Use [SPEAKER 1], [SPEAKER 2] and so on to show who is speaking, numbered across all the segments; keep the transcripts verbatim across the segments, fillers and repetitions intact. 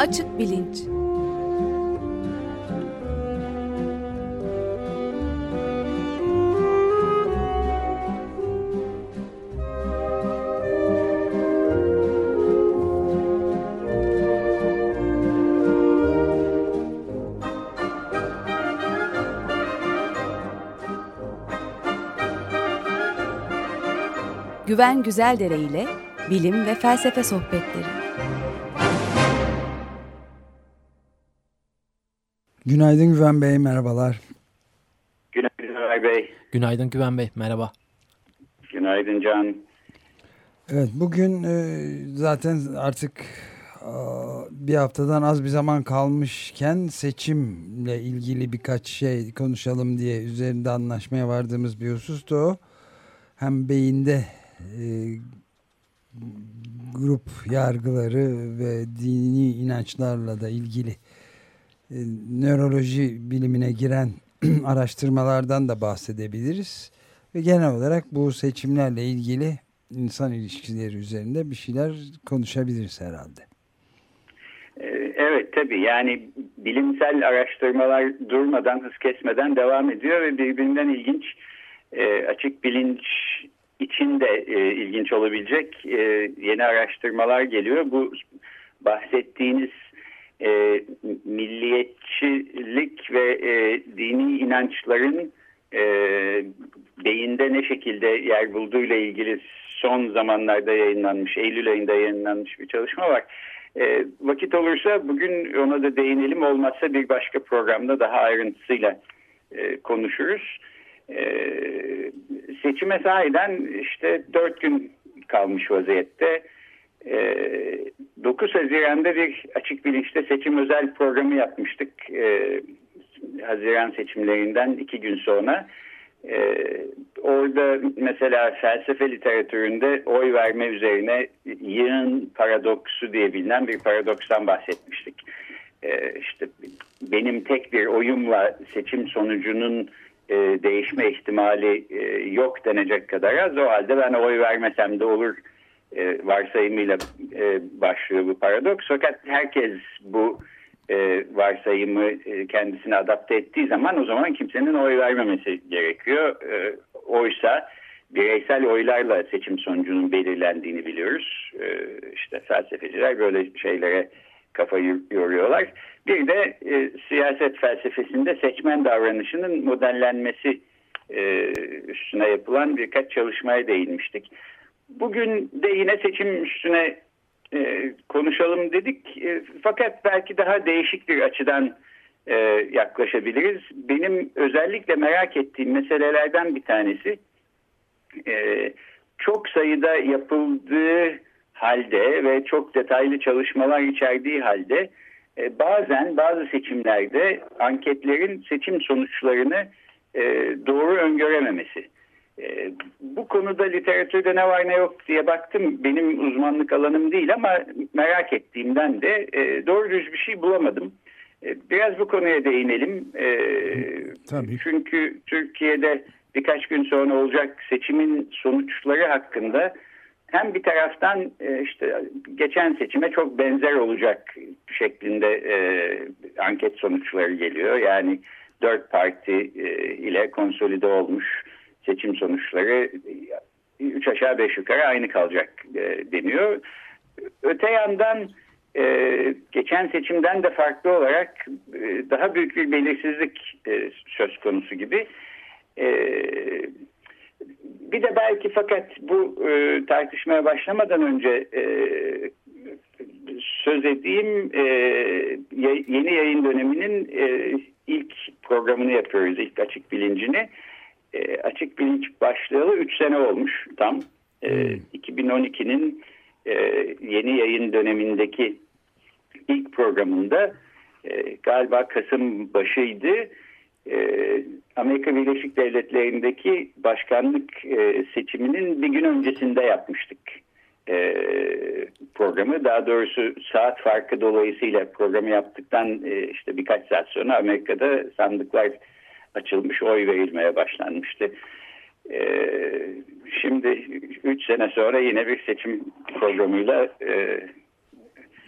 [SPEAKER 1] Açık Bilinç. Güven Güzeldere ile bilim ve felsefe sohbetleri.
[SPEAKER 2] Günaydın Güven Bey, merhabalar.
[SPEAKER 3] Günaydın Ömer Bey.
[SPEAKER 4] Günaydın Güven Bey, merhaba.
[SPEAKER 3] Günaydın Can.
[SPEAKER 2] Evet, bugün e, zaten artık e, bir haftadan az bir zaman kalmışken seçimle ilgili birkaç şey konuşalım diye üzerinde anlaşmaya vardığımız bir husustu o. Hem beyinde e, grup yargıları ve dini inançlarla da ilgili e, nöroloji bilimine giren araştırmalardan da bahsedebiliriz. Ve genel olarak bu seçimlerle ilgili insan ilişkileri üzerinde bir şeyler konuşabiliriz herhalde.
[SPEAKER 3] Evet tabii, yani bilimsel araştırmalar durmadan, hız kesmeden devam ediyor ve birbirinden ilginç, e, açık bilinç için de e, ilginç olabilecek e, yeni araştırmalar geliyor. Bu bahsettiğiniz e, milliyetçilik ve e, dini inançların e, beyinde ne şekilde yer bulduğuyla ilgili son zamanlarda yayınlanmış, Eylül ayında yayınlanmış bir çalışma var. E, vakit olursa bugün ona da değinelim, olmazsa bir başka programda daha ayrıntısıyla e, konuşuruz. E, seçime sahiden işte dört gün kalmış vaziyette. E, dokuz Haziran'da bir Açık Bilinç'te seçim özel programı yapmıştık. E, Haziran seçimlerinden iki gün sonra. Ee, orada mesela felsefe literatüründe oy verme üzerine yığın paradoksu diye bilinen bir paradokstan bahsetmiştik. Ee, işte benim tek bir oyumla seçim sonucunun e, değişme ihtimali e, yok denecek kadar az. O halde ben oy vermesem de olur e, varsayımıyla e, başlıyor bu paradoks. Fakat herkes bu E, varsayımı e, kendisine adapte ettiği zaman o zaman kimsenin oy vermemesi gerekiyor. E, oysa bireysel oylarla seçim sonucunun belirlendiğini biliyoruz. E, işte felsefeciler böyle şeylere kafayı yoruyorlar. Bir de e, siyaset felsefesinde seçmen davranışının modellenmesi e, üstüne yapılan birkaç çalışmaya değinmiştik. Bugün de yine seçim üstüne Ee, konuşalım dedik. E, fakat belki daha değişik bir açıdan e, yaklaşabiliriz. Benim özellikle merak ettiğim meselelerden bir tanesi e, çok sayıda yapıldığı halde ve çok detaylı çalışmalar içerdiği halde e, bazen bazı seçimlerde anketlerin seçim sonuçlarını e, doğru öngörememesi. Ee, bu konuda literatürde ne var ne yok diye baktım. Benim uzmanlık alanım değil ama merak ettiğimden de e, doğru düz bir şey bulamadım. E, biraz bu konuya değinelim. E, Tabii. Çünkü Türkiye'de birkaç gün sonra olacak seçimin sonuçları hakkında hem bir taraftan e, işte geçen seçime çok benzer olacak şeklinde e, anket sonuçları geliyor. Yani dört parti e, ile konsolide olmuş seçim sonuçları üç aşağı beş yukarı aynı kalacak e, deniyor. Öte yandan e, geçen seçimden de farklı olarak e, daha büyük bir belirsizlik e, söz konusu gibi. E, bir de belki fakat bu e, tartışmaya başlamadan önce e, söz edeyim, e, yeni yayın döneminin e, ilk programını yapıyoruz, ilk Açık Bilincini. E, Açık Bilinç başlayalı üç sene olmuş tam. E, hmm. iki bin on ikinin e, yeni yayın dönemindeki ilk programında e, galiba Kasım başıydı. E, Amerika Birleşik Devletleri'ndeki başkanlık e, seçiminin bir gün öncesinde yapmıştık e, programı. Daha doğrusu saat farkı dolayısıyla programı yaptıktan e, işte birkaç saat sonra Amerika'da sandıklar açılmış, oy verilmeye başlanmıştı. Ee, şimdi üç sene sonra yine bir seçim programıyla e,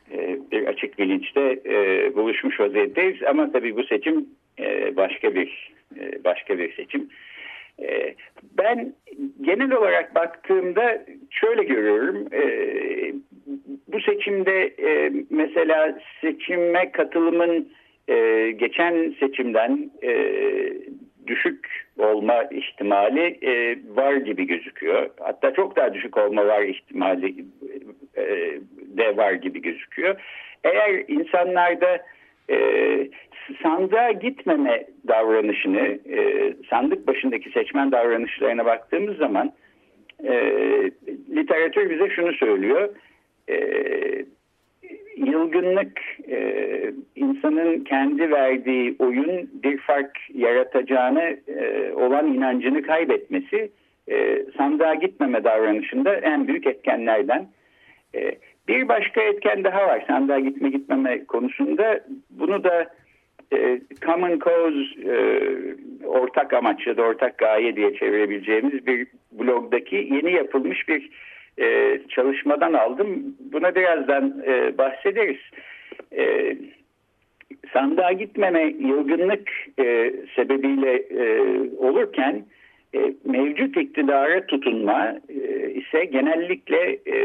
[SPEAKER 3] e, bir açık bilinçte e, buluşmuş vaziyetteyiz. Ama tabii bu seçim e, başka bir e, başka bir seçim. E, ben genel olarak baktığımda şöyle görüyorum. E, bu seçimde e, mesela seçime katılımın e, geçen seçimden e, düşük olma ihtimali e, var gibi gözüküyor. Hatta çok daha düşük olma var ihtimali e, de var gibi gözüküyor. Eğer insanlarda e, sandığa gitmeme davranışını, e, sandık başındaki seçmen davranışlarına baktığımız zaman e, literatür bize şunu söylüyor. E, Yılgınlık, e, insanın kendi verdiği oyun bir fark yaratacağına e, olan inancını kaybetmesi e, sandığa gitmeme davranışında en büyük etkenlerden. E, bir başka etken daha var sandığa gitme gitmeme konusunda. Bunu da e, common cause, e, ortak amaç ya da ortak gaye diye çevirebileceğimiz bir blogdaki yeni yapılmış bir Ee, çalışmadan aldım. Buna birazdan e, bahsederiz. E, sandığa gitmeme yılgınlık e, sebebiyle e, olurken e, mevcut iktidara tutunma e, ise genellikle e,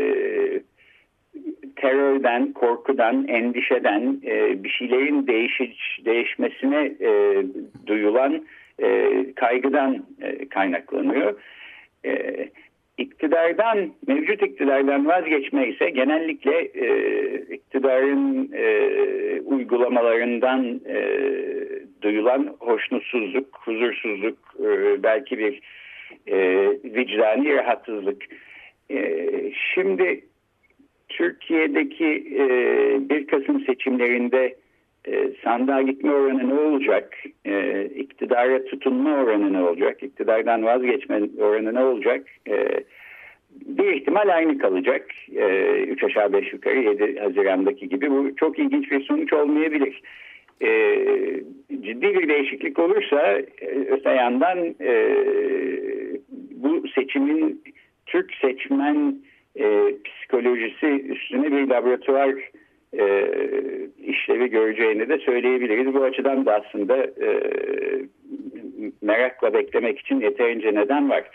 [SPEAKER 3] terörden, korkudan, endişeden, e, bir şeylerin değişiş, değişmesine e, duyulan e, kaygıdan e, kaynaklanıyor. E, İktidardan, mevcut iktidardan vazgeçme ise genellikle e, iktidarın e, uygulamalarından e, duyulan hoşnutsuzluk, huzursuzluk, e, belki bir e, vicdani rahatsızlık. E, şimdi Türkiye'deki e, bir Kasım seçimlerinde e, sandığa gitme oranı ne olacak? E, iktidara tutunma oranı ne olacak? İktidardan vazgeçme oranı ne olacak? E, bir ihtimal aynı kalacak. E, üç aşağı beş yukarı yedi Haziran'daki gibi. Bu çok ilginç bir sonuç olmayabilir. E, ciddi bir değişiklik olursa e, öte yandan e, bu seçimin Türk seçmen e, psikolojisi üstüne bir laboratuvar E, işlevi göreceğini de söyleyebiliriz. Bu açıdan da aslında e, merakla beklemek için yeterince neden var.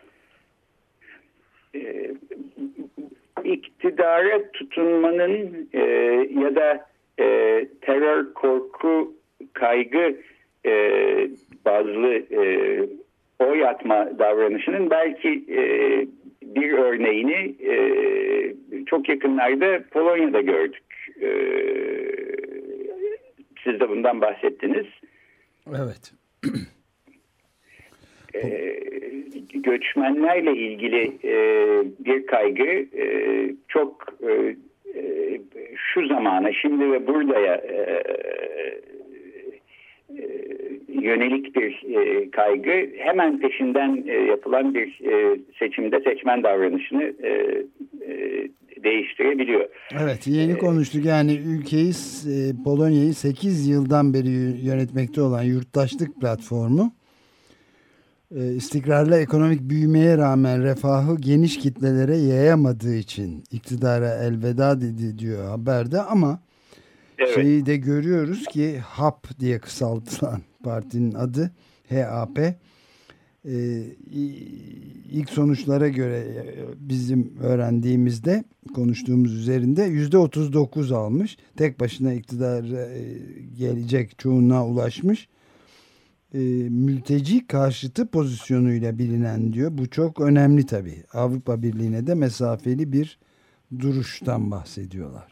[SPEAKER 3] E, iktidara tutunmanın e, ya da e, terör, korku, kaygı e, bazlı e, oy atma davranışının belki e, bir örneğini e, çok yakınlarda Polonya'da gördük. Siz de bundan bahsettiniz.
[SPEAKER 2] Evet.
[SPEAKER 3] Göçmenlerle ilgili bir kaygı çok şu zamana, şimdi ve buradaya yönelik bir kaygı hemen peşinden yapılan bir seçimde seçmen davranışını değiştirebiliyor.
[SPEAKER 2] Evet, yeni konuştuk. Yani ülkeyi, Polonya'yı sekiz yıldan beri yönetmekte olan Yurttaşlık Platformu istikrarlı ekonomik büyümeye rağmen refahı geniş kitlelere yayamadığı için iktidara elveda dedi diyor haberde, ama evet, şeyi de görüyoruz ki H A P diye kısaltılan partinin adı H A P, Ee, ilk sonuçlara göre bizim öğrendiğimizde, konuştuğumuz üzerinde yüzde otuz dokuz almış. Tek başına iktidara gelecek çoğunluğa ulaşmış. Ee, mülteci karşıtı pozisyonuyla bilinen diyor. Bu çok önemli tabii. Avrupa Birliği'ne de mesafeli bir duruştan bahsediyorlar.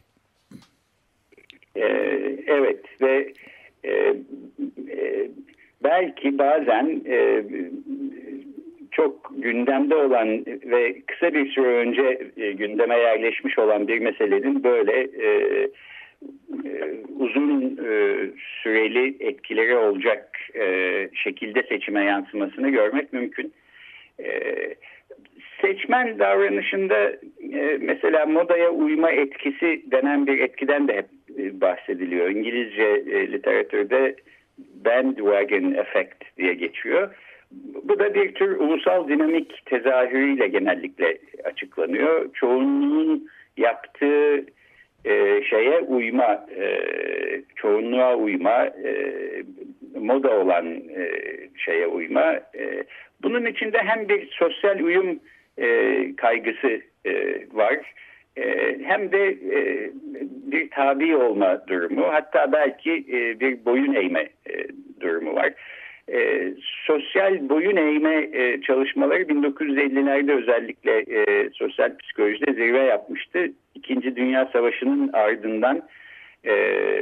[SPEAKER 3] Ee, evet ve e, e, belki bazen e, çok gündemde olan ve kısa bir süre önce e, gündeme yerleşmiş olan bir meselenin böyle e, e, uzun e, süreli etkileri olacak e, şekilde seçime yansımasını görmek mümkün. E, seçmen davranışında e, mesela modaya uyma etkisi denen bir etkiden de hep e, bahsediliyor. İngilizce e, literatürde bandwagon effect diye geçiyor. Bu da bir tür ulusal dinamik tezahürüyle genellikle açıklanıyor. Çoğunluğun yaptığı e, şeye uyma, e, çoğunluğa uyma, e, moda olan e, şeye uyma. E, bunun içinde hem bir sosyal uyum e, kaygısı e, var, e, hem de e, bir tabi olma durumu, hatta belki e, bir boyun eğme e, durumu var. E, sosyal boyun eğme e, çalışmaları bin dokuz yüz ellilerde özellikle e, sosyal psikolojide zirve yapmıştı. İkinci Dünya Savaşı'nın ardından e,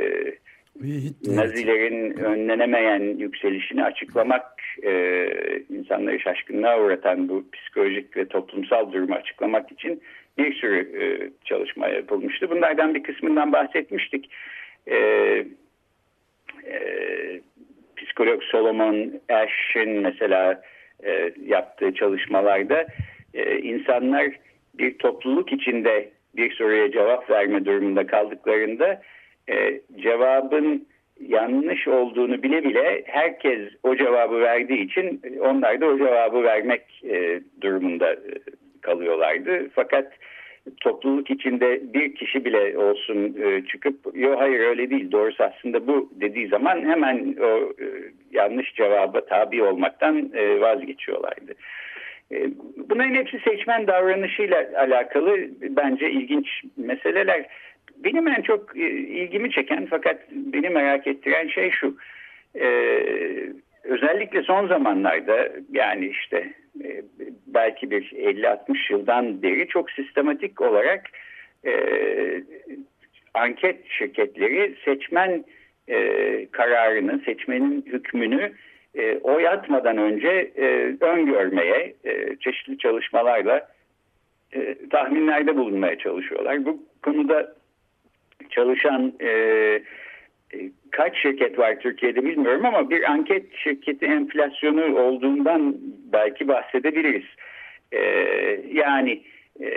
[SPEAKER 3] Nazilerin önlenemeyen yükselişini açıklamak, e, insanları şaşkınlığa uğratan bu psikolojik ve toplumsal durumu açıklamak için bir sürü e, çalışma yapılmıştı. Bunlardan bir kısmından bahsetmiştik. E, e, psikolog Solomon Ash'in mesela e, yaptığı çalışmalarda e, insanlar bir topluluk içinde bir soruya cevap verme durumunda kaldıklarında e, cevabın yanlış olduğunu bile bile herkes o cevabı verdiği için onlar da o cevabı vermek e, durumunda e, kalıyorlardı. Fakat topluluk içinde bir kişi bile olsun e, çıkıp yo hayır öyle değil, doğrusu aslında bu dediği zaman hemen o e, yanlış cevaba tabi olmaktan e, vazgeçiyorlardı. E, bunların hepsi seçmen davranışıyla alakalı bence ilginç meseleler. Benim en çok e, ilgimi çeken fakat beni merak ettiren şey şu. E, özellikle son zamanlarda, yani işte e, belki bir elli altmış yıldan beri çok sistematik olarak e, anket şirketleri seçmen e, kararını, seçmenin hükmünü e, oy atmadan önce e, öngörmeye, e, çeşitli çalışmalarla e, tahminlerde bulunmaya çalışıyorlar. Bu konuda çalışan e, kaç şirket var Türkiye'de bilmiyorum ama bir anket şirketi enflasyonu olduğundan belki bahsedebiliriz. E, yani e,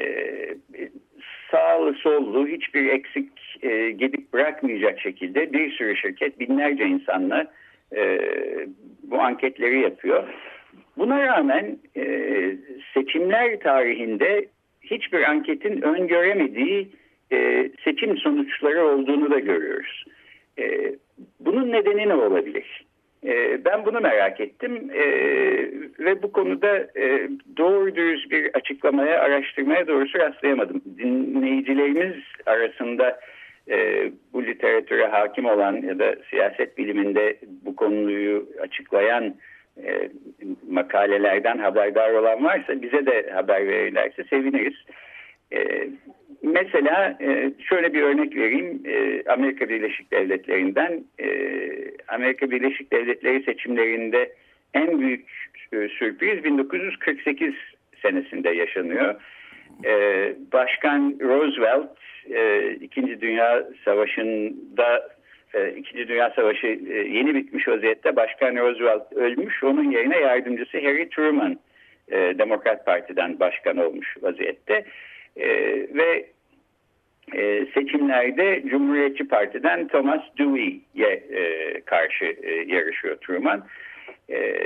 [SPEAKER 3] sağlı sollu hiçbir eksik e, gidip bırakmayacak şekilde bir sürü şirket binlerce insanla e, bu anketleri yapıyor. Buna rağmen e, seçimler tarihinde hiçbir anketin öngöremediği e, seçim sonuçları olduğunu da görüyoruz. E, bunun nedeni ne olabilir? E, ben bunu merak ettim e, ve bu konuda e, doğru dürüst bir açıklamaya, araştırmaya doğrusu rastlayamadım. Dinleyicilerimiz arasında e, bu literatüre hakim olan ya da siyaset biliminde bu konuyu açıklayan e, makalelerden haberdar olan varsa bize de haber verirlerse seviniriz. E, mesela e, şöyle bir örnek vereyim. E, Amerika Birleşik Devletleri'nden e, Amerika Birleşik Devletleri seçimlerinde en büyük e, sürpriz bin dokuz yüz kırk sekiz senesinde yaşanıyor. E, Başkan Roosevelt e, İkinci Dünya Savaşı'nda e, İkinci Dünya Savaşı e, yeni bitmiş vaziyette Başkan Roosevelt ölmüş. Onun yerine yardımcısı Harry Truman e, Demokrat Parti'den başkan olmuş vaziyette. E, ve e, seçimlerde Cumhuriyetçi Parti'den Thomas Dewey'ye e, karşı e, yarışıyor Truman. E,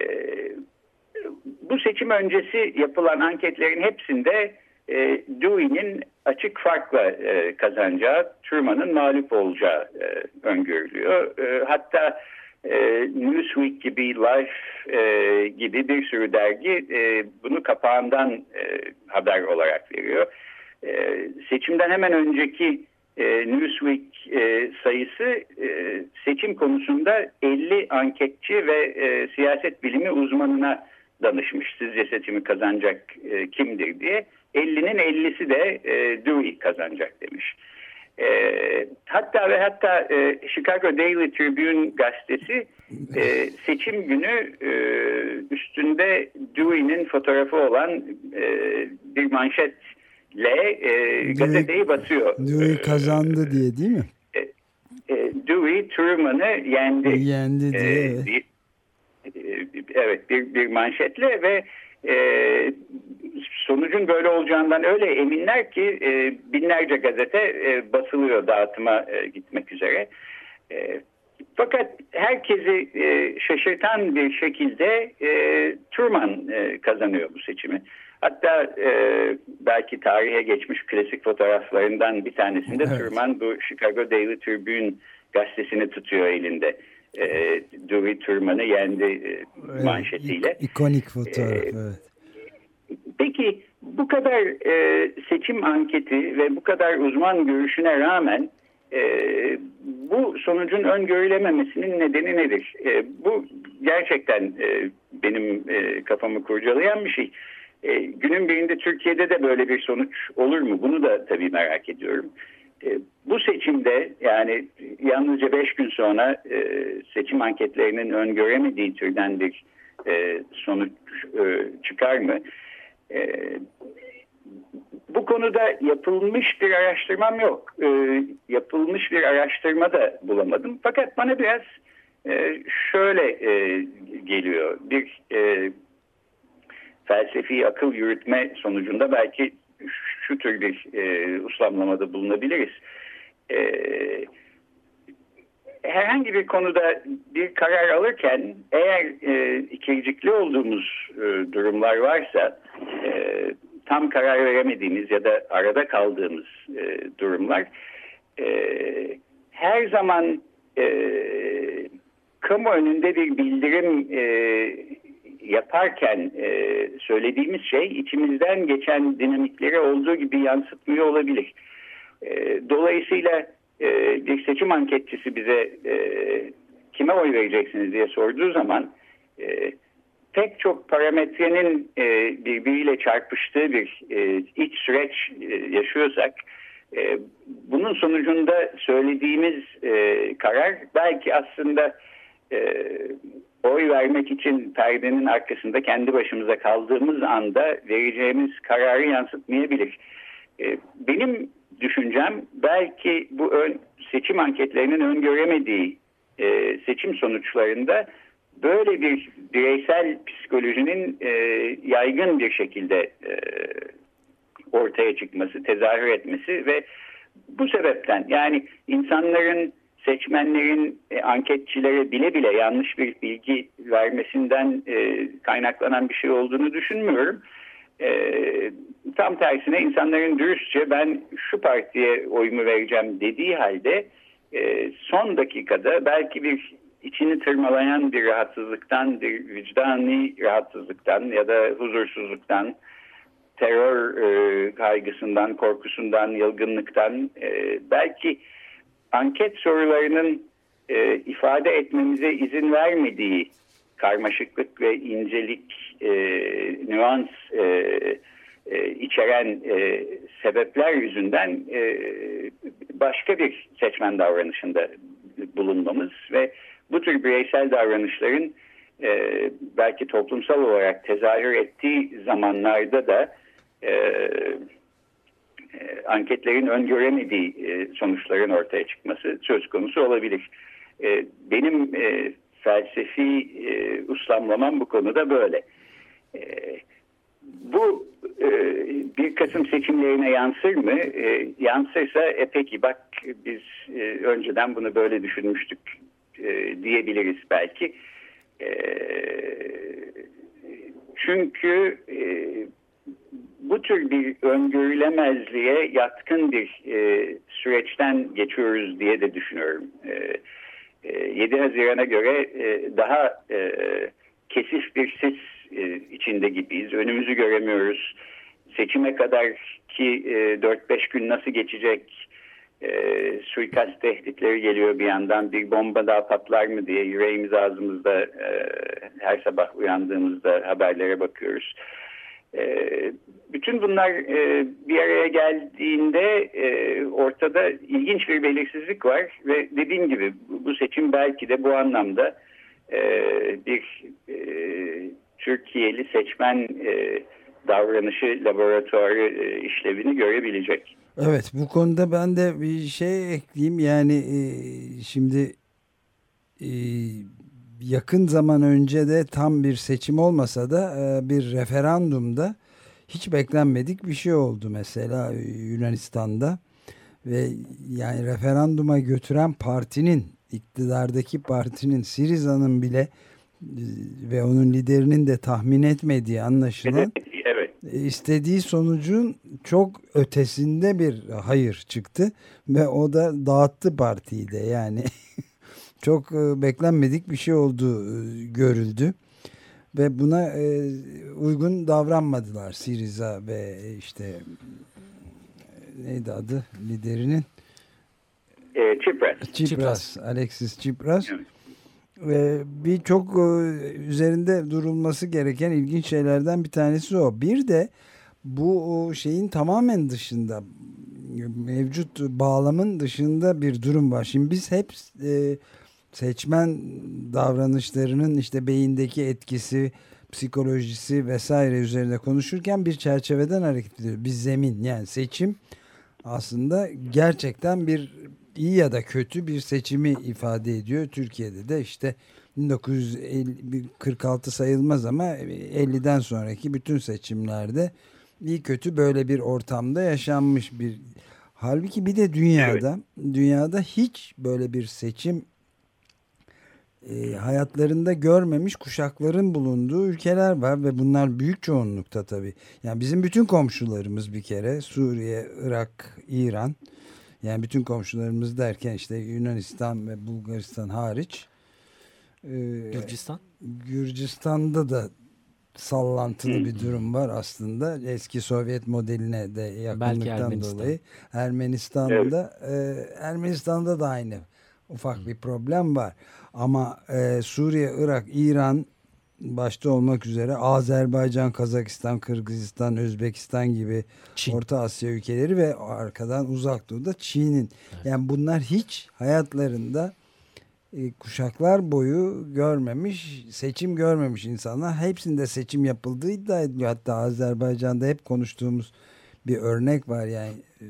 [SPEAKER 3] bu seçim öncesi yapılan anketlerin hepsinde e, Dewey'nin açık farkla e, kazanacağı, Truman'ın mağlup olacağı e, öngörülüyor. E, hatta e, Newsweek gibi, Life e, gibi bir sürü dergi e, bunu kapağından e, haber olarak veriyor. E, seçimden hemen önceki e, Newsweek e, sayısı e, seçim konusunda elli anketçi ve e, siyaset bilimi uzmanına danışmış. Sizce seçimi kazanacak e, kimdir diye. ellinin ellisi de e, Dewey kazanacak demiş. E, hatta ve hatta e, Chicago Daily Tribune gazetesi e, seçim günü e, üstünde Dewey'nin fotoğrafı olan e, bir manşetle e, gazeteyi basıyor.
[SPEAKER 2] Dewey kazandı diye değil mi?
[SPEAKER 3] E, e, Dewey Truman'ı yendi.
[SPEAKER 2] Yendi diye.
[SPEAKER 3] E, bir, e, evet bir, bir manşetle ve e, sonucun böyle olacağından öyle eminler ki e, binlerce gazete e, basılıyor dağıtıma e, gitmek üzere. E, fakat herkesi e, şaşırtan bir şekilde e, Truman e, kazanıyor bu seçimi. Hatta e, belki tarihe geçmiş klasik fotoğraflarından bir tanesinde evet. Truman bu Chicago Daily Tribune gazetesini tutuyor elinde. E, Dewey Truman'ı yendi e, manşetiyle.
[SPEAKER 2] Evet, ikonik fotoğraf, e, evet.
[SPEAKER 3] Peki bu kadar e, seçim anketi ve bu kadar uzman görüşüne rağmen e, bu sonucun öngörülememesinin nedeni nedir? E, bu gerçekten e, benim e, kafamı kurcalayan bir şey. E, günün birinde Türkiye'de de böyle bir sonuç olur mu? Bunu da tabii merak ediyorum. E, bu seçimde yani yalnızca beş gün sonra e, seçim anketlerinin öngöremediği türden bir e, sonuç e, çıkar mı? E, bu konuda yapılmış bir araştırmam yok. E, yapılmış bir araştırma da bulamadım. Fakat bana biraz e, şöyle e, geliyor. Bir e, felsefi akıl yürütme sonucunda belki şu tür bir e, uslamlamada bulunabiliriz. E, herhangi bir konuda bir karar alırken eğer e, ikircikli olduğumuz e, durumlar varsa e, tam karar veremediğimiz ya da arada kaldığımız e, durumlar e, her zaman e, kamu önünde bir bildirim e, yaparken e, söylediğimiz şey içimizden geçen dinamikleri olduğu gibi yansıtmıyor olabilir. E, dolayısıyla e, bir seçim anketçisi bize e, kime oy vereceksiniz diye sorduğu zaman e, pek çok parametrenin e, birbiriyle çarpıştığı bir e, iç süreç e, yaşıyorsak e, bunun sonucunda söylediğimiz e, karar belki aslında e, oy vermek için perdenin arkasında kendi başımıza kaldığımız anda vereceğimiz kararı yansıtmayabilir. E, benim düşüncem belki bu ön, seçim anketlerinin öngöremediği e, seçim sonuçlarında böyle bir bireysel psikolojinin e, yaygın bir şekilde e, ortaya çıkması, tezahür etmesi ve bu sebepten yani insanların, seçmenlerin e, anketçilere bile bile yanlış bir bilgi vermesinden e, kaynaklanan bir şey olduğunu düşünmüyorum. E, tam tersine insanların dürüstçe ben şu partiye oyumu vereceğim dediği halde e, son dakikada belki bir içini tırmalayan bir rahatsızlıktan, bir vicdani rahatsızlıktan ya da huzursuzluktan, terör e, kaygısından, korkusundan, yılgınlıktan e, belki anket sorularının e, ifade etmemize izin vermediği karmaşıklık ve incelik, e, nüans e, e, içeren e, sebepler yüzünden e, başka bir seçmen davranışında bulunmamız ve bu tür bireysel davranışların e, belki toplumsal olarak tezahür ettiği zamanlarda da e, e, anketlerin öngöremediği e, sonuçların ortaya çıkması söz konusu olabilir. E, benim e, felsefi e, uslamlamam bu konuda böyle. E, bu e, bir Kasım seçimlerine yansır mı? E, yansırsa e, peki bak biz e, önceden bunu böyle düşünmüştük e, diyebiliriz belki. E, çünkü e, bu tür bir öngörülemezliğe yatkın bir e, süreçten geçiyoruz diye de düşünüyorum. E, e, yedi Haziran'a göre e, daha e, kesif bir sis e, içinde gibiyiz. Önümüzü göremiyoruz. Seçime kadar ki e, dört beş gün nasıl geçecek? E, suikast tehditleri geliyor bir yandan. Bir bomba daha patlar mı diye yüreğimiz ağzımızda e, her sabah uyandığımızda haberlere bakıyoruz. E, bütün bunlar e, bir araya geldiğinde e, ortada ilginç bir belirsizlik var ve dediğim gibi bu seçim belki de bu anlamda e, bir e, Türkiye'li seçmen e, davranışı laboratuvarı e, işlevini görebilecek.
[SPEAKER 2] Evet, bu konuda ben de bir şey ekleyeyim. Yani e, şimdi e, yakın zaman önce de tam bir seçim olmasa da e, bir referandumda hiç beklenmedik bir şey oldu mesela Yunanistan'da. Ve yani referanduma götüren partinin, iktidardaki partinin, Syriza'nın bile e, ve onun liderinin de tahmin etmediği anlaşılan
[SPEAKER 3] Evet.
[SPEAKER 2] istediği sonucun çok ötesinde bir hayır çıktı ve o da dağıttı partiyi de, yani çok beklenmedik bir şey oldu, görüldü ve buna uygun davranmadılar Syriza ve işte neydi adı liderinin?
[SPEAKER 3] Tsipras.
[SPEAKER 2] Tsipras, Alexis Tsipras. Evet. Ve birçok üzerinde durulması gereken ilginç şeylerden bir tanesi o. Bir de bu şeyin tamamen dışında, mevcut bağlamın dışında bir durum var. Şimdi biz hep e, seçmen davranışlarının işte beyindeki etkisi, psikolojisi vesaire üzerinde konuşurken bir çerçeveden hareket ediyoruz. Bir zemin, yani seçim aslında gerçekten bir iyi ya da kötü bir seçimi ifade ediyor. Türkiye'de de işte bin dokuz yüz kırk altı sayılmaz ama elliden sonraki bütün seçimlerde iyi kötü böyle bir ortamda yaşanmış bir. Halbuki bir de dünyada evet. dünyada hiç böyle bir seçim e, hayatlarında görmemiş kuşakların bulunduğu ülkeler var ve bunlar büyük çoğunlukta tabii. Yani bizim bütün komşularımız bir kere Suriye, Irak, İran. Yani bütün komşularımız derken işte Yunanistan ve Bulgaristan hariç. E,
[SPEAKER 4] Gürcistan?
[SPEAKER 2] Gürcistan'da da sallantılı bir durum var aslında. Eski Sovyet modeline de yakınlıktan Ermenistan. dolayı. Ermenistan'da evet. e, Ermenistan'da da aynı ufak Hı. bir problem var. Ama e, Suriye, Irak, İran başta olmak üzere Azerbaycan, Kazakistan, Kırgızistan, Özbekistan gibi Çin. Orta Asya ülkeleri ve arkadan Uzak Doğu'da Çin'in. Evet. Yani bunlar hiç hayatlarında e, kuşaklar boyu görmemiş, seçim görmemiş insanlar. Hepsinde seçim yapıldığı iddia ediliyor. Hatta Azerbaycan'da hep konuştuğumuz bir örnek var. Yani e,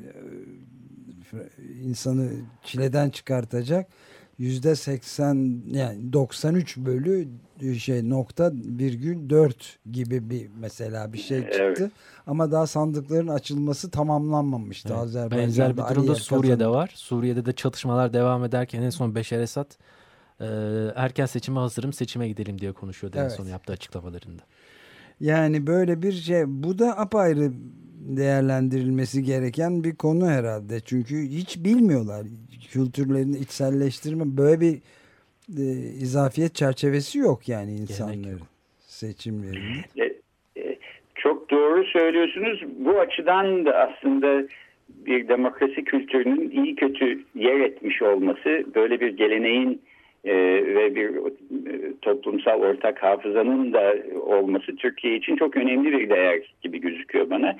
[SPEAKER 2] insanı çileden çıkartacak yüzde seksen yani doksan üç bölü şey nokta virgül dört gibi bir mesela bir şey çıktı. Evet. Ama daha sandıkların açılması tamamlanmamıştı.
[SPEAKER 4] Evet.
[SPEAKER 2] Azerbaycan'da
[SPEAKER 4] benzer bir durumda Suriye'de kazandı. var. Suriye'de de çatışmalar devam ederken en son Beşar Esad e, erken seçime hazırım, seçime gidelim diye konuşuyordu evet. en son yaptığı açıklamalarında.
[SPEAKER 2] Yani böyle bir şey, bu da apayrı değerlendirilmesi gereken bir konu herhalde. Çünkü hiç bilmiyorlar. Kültürlerini içselleştirme, böyle bir e, izafiyet çerçevesi yok yani insanların seçimlerinde.
[SPEAKER 3] E, e, çok doğru söylüyorsunuz. Bu açıdan da aslında bir demokrasi kültürünün iyi kötü yer etmiş olması, böyle bir geleneğin e, ve bir e, toplumsal ortak hafızanın da olması Türkiye için çok önemli bir değer gibi gözüküyor bana.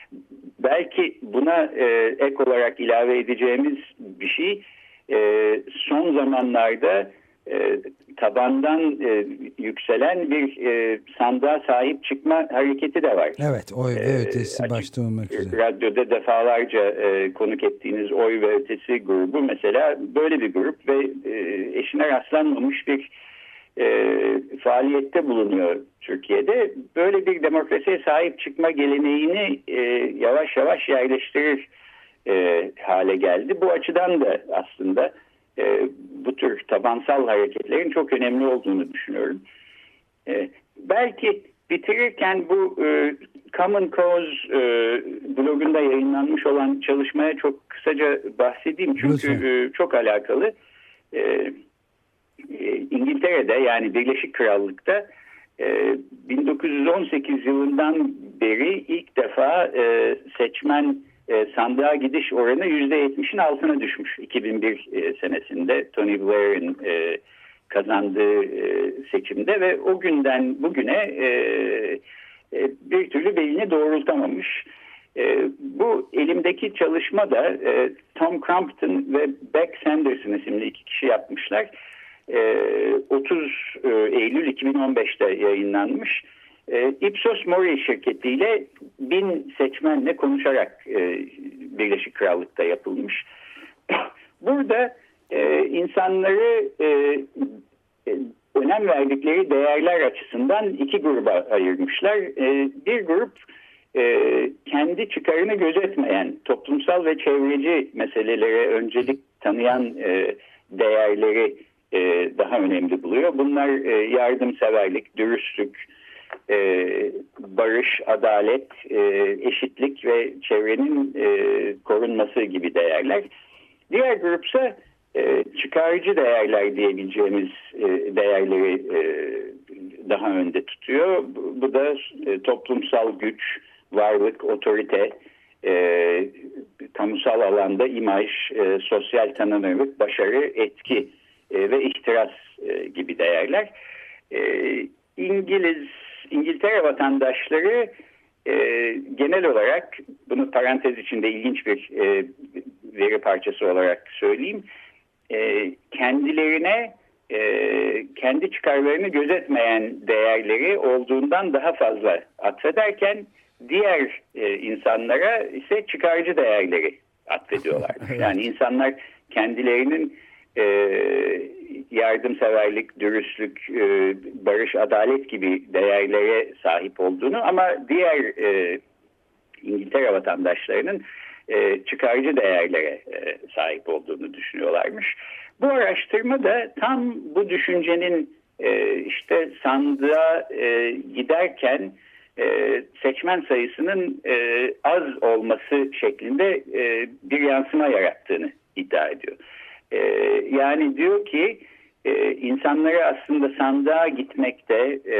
[SPEAKER 3] Belki buna e, ek olarak ilave edeceğimiz bir şey, e, son zamanlarda e, tabandan e, yükselen bir e, sandığa sahip çıkma hareketi de var.
[SPEAKER 2] Evet, oy ve e, ötesi açık, başta olmak üzere.
[SPEAKER 3] Radyoda defalarca e, konuk ettiğiniz oy ve ötesi grubu mesela böyle bir grup ve e, eşine rastlanmamış bir e, faaliyette bulunuyor Türkiye'de. Böyle bir demokrasiye sahip çıkma geleneğini e, yavaş yavaş yerleştirir e, hale geldi. Bu açıdan da aslında e, bu tür tabansal hareketlerin çok önemli olduğunu düşünüyorum. E, belki bitirirken bu e, Common Cause e, blogunda yayınlanmış olan çalışmaya çok kısaca bahsedeyim. Çünkü e, çok alakalı. E, İngiltere'de, yani Birleşik Krallık'ta bin dokuz yüz on sekiz yılından beri ilk defa seçmen sandığa gidiş oranı yüzde yetmişin altına düşmüş. iki bin bir senesinde Tony Blair'in kazandığı seçimde ve o günden bugüne bir türlü belini doğrultamamış. Bu elimdeki çalışma da Tom Crampton ve Beck Sanderson isimli iki kişi yapmışlar. otuz Eylül iki bin on beşte yayınlanmış. Ipsos Mori şirketiyle bin seçmenle konuşarak Birleşik Krallık'ta yapılmış. Burada insanları önem verdikleri değerler açısından iki gruba ayırmışlar. Bir grup kendi çıkarını gözetmeyen, toplumsal ve çevreci meselelere öncelik tanıyan değerleri daha önemli buluyor. Bunlar yardımseverlik, dürüstlük, e, barış, adalet, e, eşitlik ve çevrenin e, korunması gibi değerler. Diğer grupsa e, çıkarcı değerler diyebileceğimiz e, değerleri e, daha önde tutuyor. Bu, bu da e, toplumsal güç, varlık, otorite, e, kamusal alanda imaj, e, sosyal tanınırlık, başarı, etki e, ve ihtiras e, gibi değerler. E, İngiliz, İngiltere vatandaşları e, genel olarak, bunu parantez içinde ilginç bir e, veri parçası olarak söyleyeyim, e, kendilerine e, kendi çıkarlarını gözetmeyen değerleri olduğundan daha fazla atfederken diğer e, insanlara ise çıkarcı değerleri atfediyorlar. Yani insanlar kendilerinin e, yardımseverlik, dürüstlük, e, barış, adalet gibi değerlere sahip olduğunu ama diğer e, İngiltere vatandaşlarının e, çıkarcı değerlere e, sahip olduğunu düşünüyorlarmış. Bu araştırma da tam bu düşüncenin e, işte sandığa e, giderken e, seçmen sayısının e, az olması şeklinde e, bir yansıma yarattığını iddia ediyor. E, yani diyor ki e, insanları aslında sandığa gitmekte, e,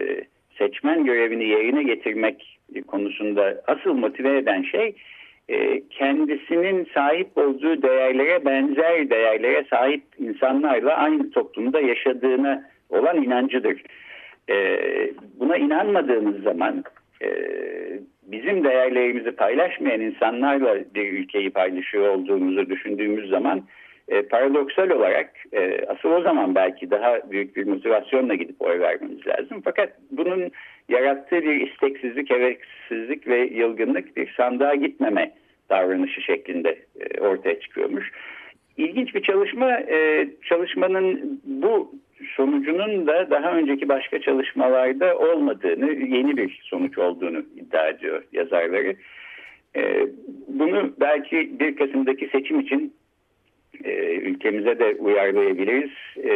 [SPEAKER 3] seçmen görevini yerine getirmek konusunda asıl motive eden şey e, kendisinin sahip olduğu değerlere benzer değerlere sahip insanlarla aynı toplumda yaşadığına olan inancıdır. E, buna inanmadığımız zaman e, bizim değerlerimizi paylaşmayan insanlarla bir ülkeyi paylaşıyor olduğumuzu düşündüğümüz zaman e, paradoksal olarak e, asıl o zaman belki daha büyük bir motivasyonla gidip oy vermemiz lazım. Fakat bunun yarattığı bir isteksizlik, hevessizlik ve yılgınlık bir sandığa gitmeme davranışı şeklinde e, ortaya çıkıyormuş. İlginç bir çalışma. E, çalışmanın bu sonucunun da daha önceki başka çalışmalarda olmadığını, yeni bir sonuç olduğunu iddia ediyor yazarları. E, bunu belki bir Kasım'daki seçim için e, ülkemize de uyarlayabiliriz. E,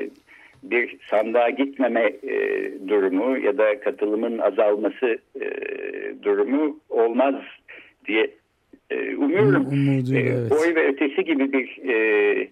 [SPEAKER 3] bir sandığa gitmeme e, durumu ya da katılımın azalması e, durumu olmaz diye e, umuyorum.
[SPEAKER 2] Umuduyla, evet.
[SPEAKER 3] E, oy ve ötesi gibi bir e,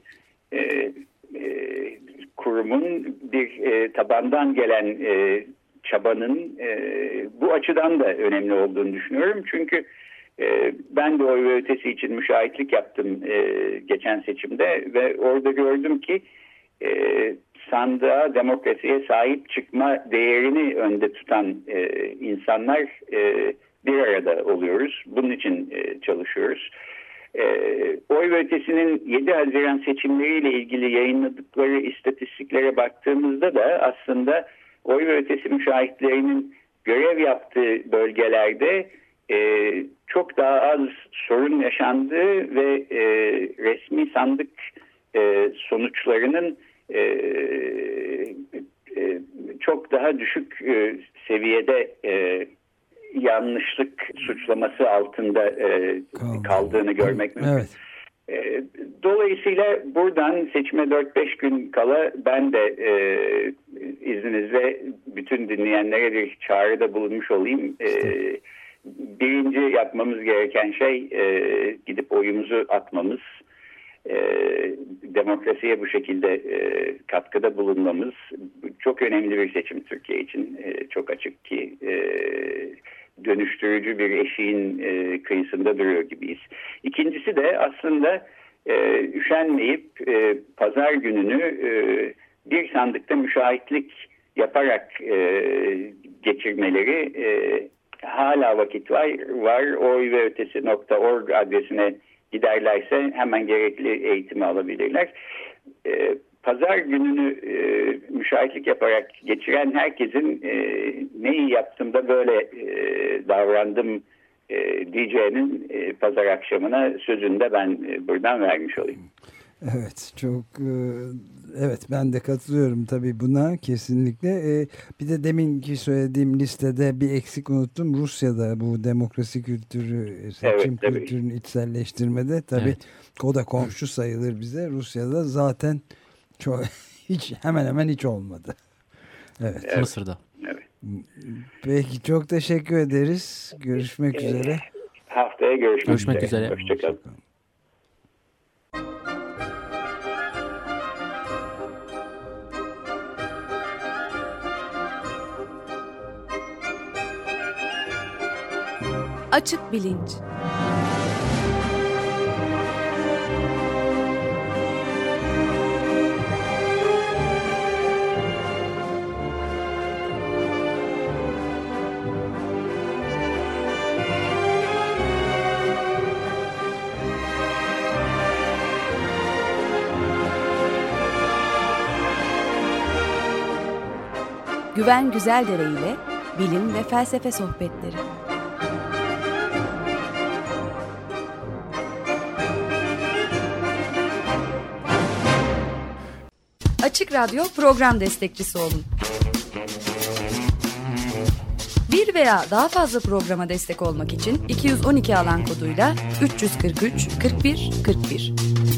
[SPEAKER 3] e, e, kurumun bir e, tabandan gelen e, çabanın e, bu açıdan da önemli olduğunu düşünüyorum. Çünkü e, ben de oy ve ötesi için müşahitlik yaptım e, geçen seçimde ve orada gördüm ki e, sandığa, demokrasiye sahip çıkma değerini önde tutan e, insanlar e, bir arada oluyoruz. Bunun için e, çalışıyoruz. E, oy ve ötesinin yedi Haziran seçimleriyle ilgili yayınladıkları istatistiklere baktığımızda da aslında oy ve ötesi müşahitlerinin görev yaptığı bölgelerde e, çok daha az sorun yaşandığı ve e, resmi sandık e, sonuçlarının e, e, çok daha düşük e, seviyede e, yanlışlık suçlaması altında e, kaldığını görmek mümkün. Evet. E, dolayısıyla buradan seçime dört beş gün kala ben de e, izninizle bütün dinleyenlere bir çağrıda bulunmuş olayım. E, birinci yapmamız gereken şey e, gidip oyumuzu atmamız. E, demokrasiye bu şekilde e, katkıda bulunmamız çok önemli bir seçim Türkiye için. E, çok açık ki e, dönüştürücü bir eşiğin e, kıyısında duruyor gibiyiz. İkincisi de aslında e, üşenmeyip e, pazar gününü e, bir sandıkta müşahitlik yaparak e, geçirmeleri, e, hala vakit var, var oy ve ötesi nokta org adresine giderlerse hemen gerekli eğitimi alabilirler. E, pazar gününü e, müşahitlik yaparak geçiren herkesin e, neyi yaptım da böyle e, davrandım e, diyeceğinin e, pazar akşamına sözünü de ben e, buradan vermiş olayım.
[SPEAKER 2] Evet, çok evet, ben de katılıyorum tabii buna kesinlikle. Bir de deminki söylediğim listede bir eksik unuttum. Rusya'da bu demokrasi kültürü, seçim evet, kültürünü içselleştirmede tabii evet. O da komşu sayılır bize. Rusya'da zaten çok hiç hemen hemen hiç olmadı. Evet.
[SPEAKER 4] Evet. Mısır'da.
[SPEAKER 3] Evet.
[SPEAKER 2] Peki, çok teşekkür ederiz. Görüşmek ee, üzere.
[SPEAKER 3] Haftaya görüşmek,
[SPEAKER 4] görüşmek üzere.
[SPEAKER 3] üzere. Hoşçakalın.
[SPEAKER 1] Açık Bilinç. Güven Güzeldere ile bilim ve felsefe sohbetleri. Açık Radyo program destekçisi olun. Bir veya daha fazla programa destek olmak için iki yüz on iki alan koduyla üç yüz kırk üç kırk bir kırk bir.